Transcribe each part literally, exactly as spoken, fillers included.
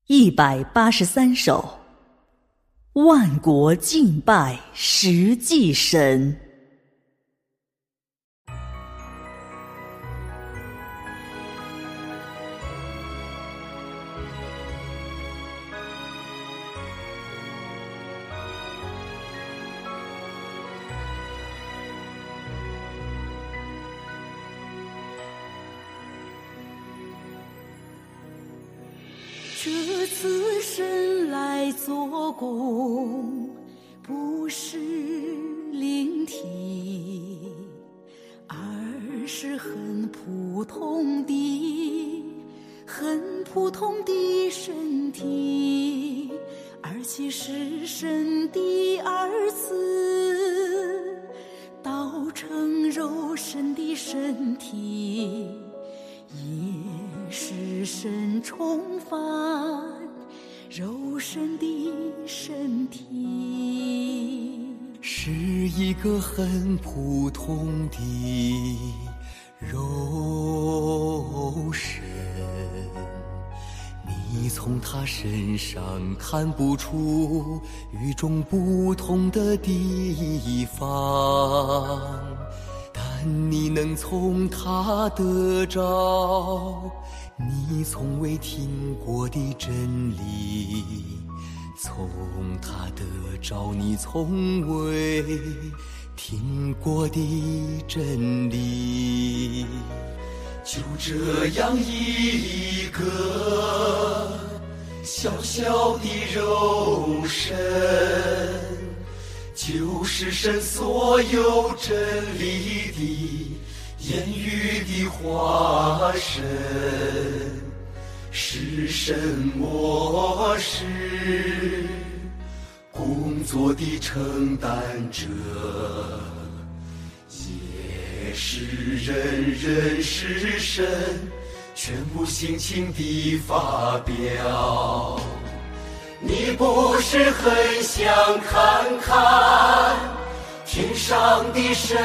一百八十三首，万国敬拜实际神。 这次神来做工，不是灵体，而是很普通的、很普通的身体，而且是神的儿子，道成肉身的身体，也是神重返肉身的身体， 是一个很普通的肉身，你从他身上看不出与众不同的地方，但你能从他得着你从未听过的真理，从他得着你从未听过的真理。就这样一个小小的肉身，就是神所有真理的言语的化身，是神默示工作的承担者，也是人人是神全部性情的发表。你不是很想看看天上的神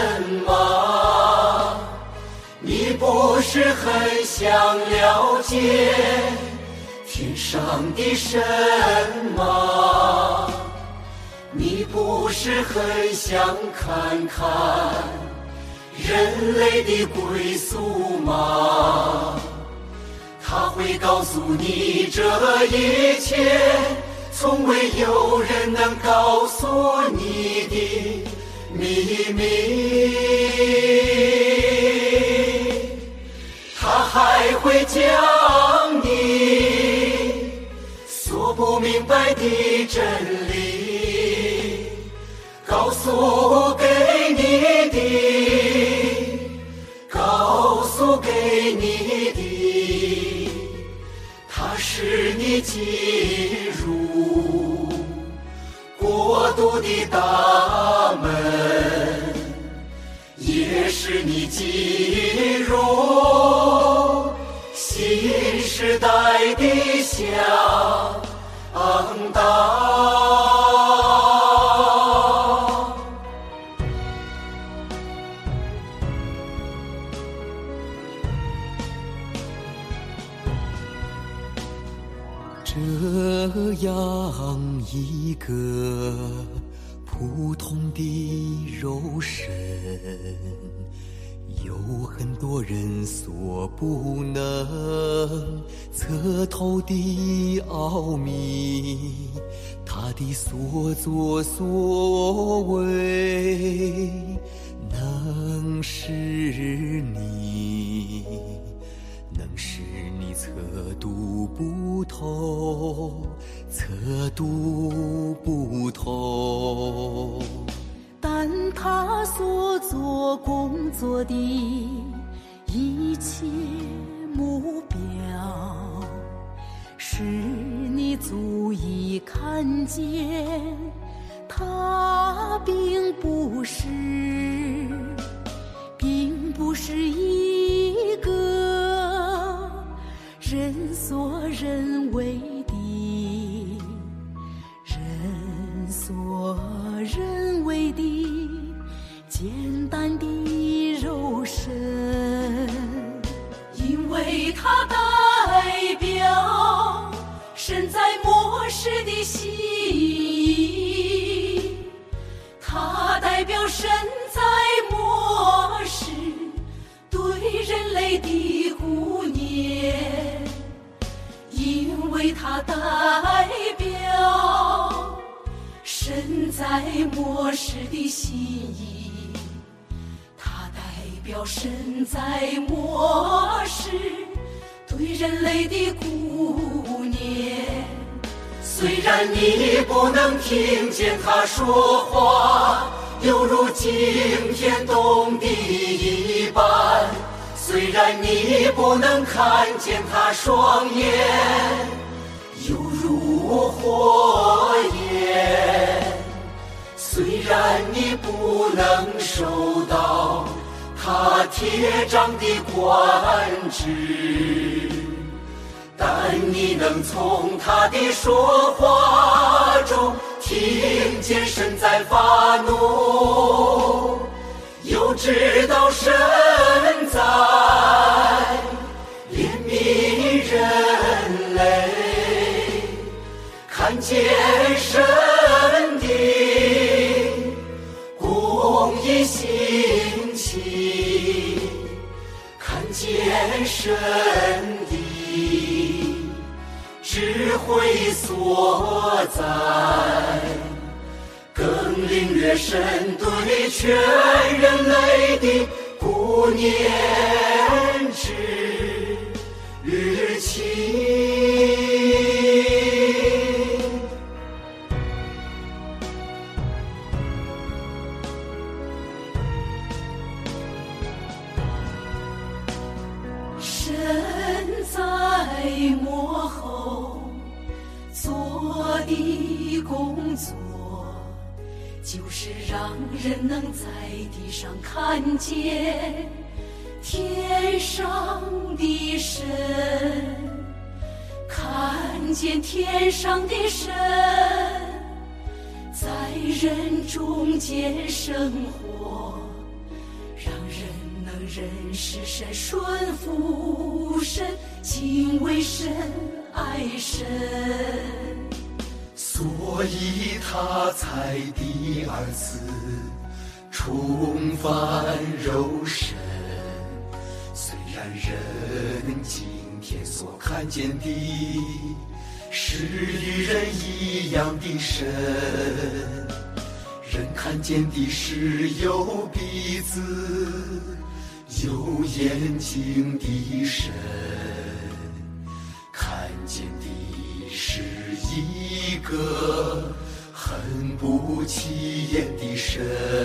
吗？你不是很想了解天上的神吗？你不是很想看看人类的归宿吗？他会告诉你这一切从未有人能告诉你的秘密，他还会将你所不明白的真理告诉给你的，告诉给你的，他使你进入国度的大门，也使你进入新时代的向导。这样一个普通的肉身，有很多人所不能测透的奥秘，他的所作所为能使你能使你测度不透，测度不透。 但他所做工作的一切目标，使你足以看见，他并不是，并不是一个人所认为的，人所认为的简单的肉身，因为它代表的心意，它代表神在末世对人类的顾念，因为它代表神在末世的心意，它代表神在末世对人类的顾念。虽然你不能听见他说话，犹如惊天动地一般，虽然你不能看见他双眼，犹如火焰，虽然你不能收到他铁杖的管制，但你能从他的说话中听见神在发怒，又知道神在怜悯人类，看见神的公义兴起，看见神的智慧所在，更领略神对全人类的顾念之情。神在幕后做的工作，就是让人能在地上看见天上的神，看见天上的神在人中间生活，让人能认识神，顺服神，敬畏神，爱神。 所以他才第二次重返肉身，虽然人今天所看见的是与人一样的神，人看见的是有鼻子有眼睛的神，看见的是一个很不起眼的神，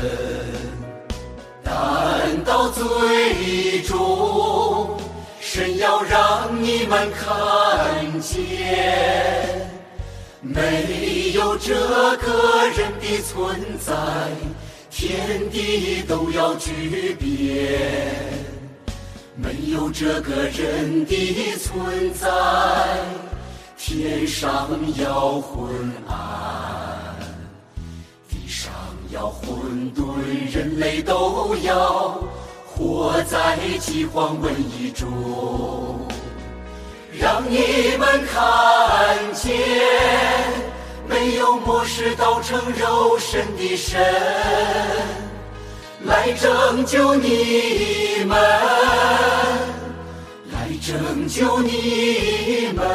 但到最终神要让你们看见，没有这个人的存在，天地都要巨变，没有这个人的存在，天上要昏暗，地上要混沌，人类都要活在饥荒瘟疫中，让你们看见没有末世道成肉身的神来拯救你们，来拯救你们，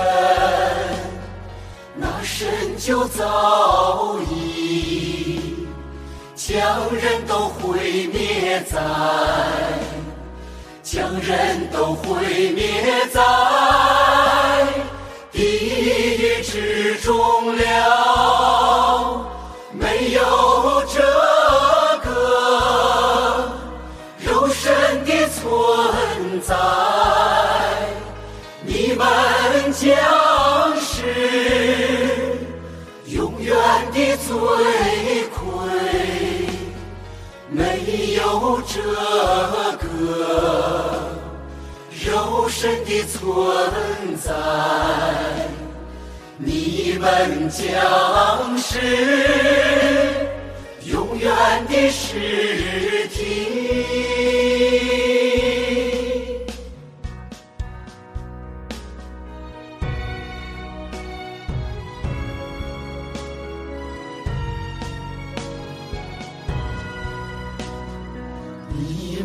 那神就早已将人都毁灭在，将人都毁灭在地狱之中了，没有这个肉身的存在，你们将是永远的罪魁，没有这个肉身的存在，你们将是永远的尸体。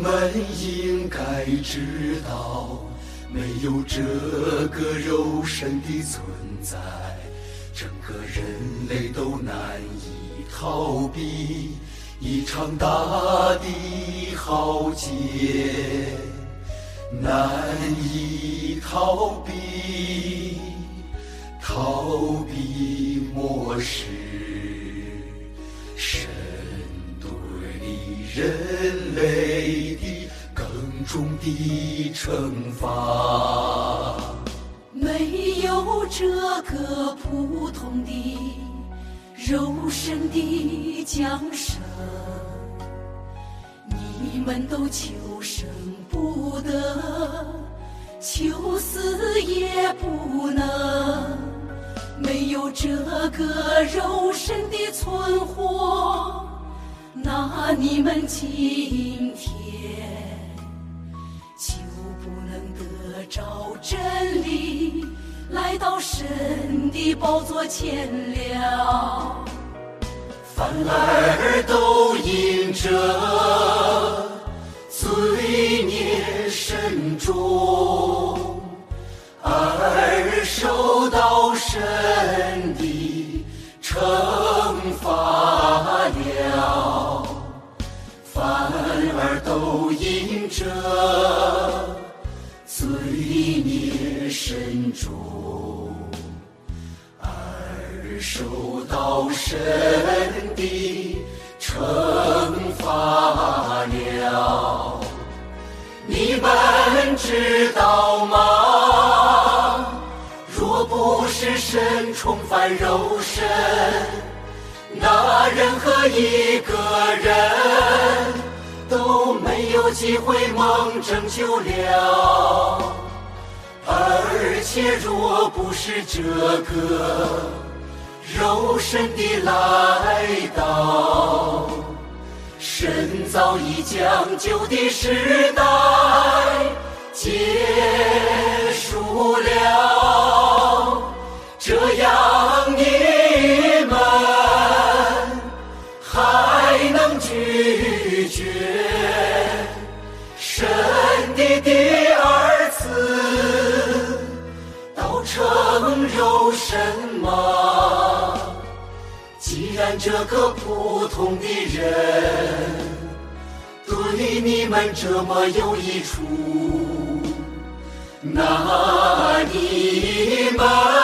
们应该知道，没有这个肉身的存在，整个人类都难以逃避一场大的浩劫，难以逃避，逃避漠视神对人类的更重的惩罚。 没有这个普通的肉身的降生，你们都求生不得，求死也不能。没有这个肉身的存活，那你们今天就不能得着真理，来到神的宝座前了。 凡儿都因着罪孽深重，而受到神的惩罚了。凡儿都因着罪孽深重，而受到神的惩罚了。你们知道吗？若不是神重返肉身，那任何一个人都没有机会蒙拯救了。而且若不是这个肉身的来到，神早已将就的时代结束了。这样你们还能拒绝神的第二次道成肉身吗？既然这个普通的人对你们这么有益处，那你们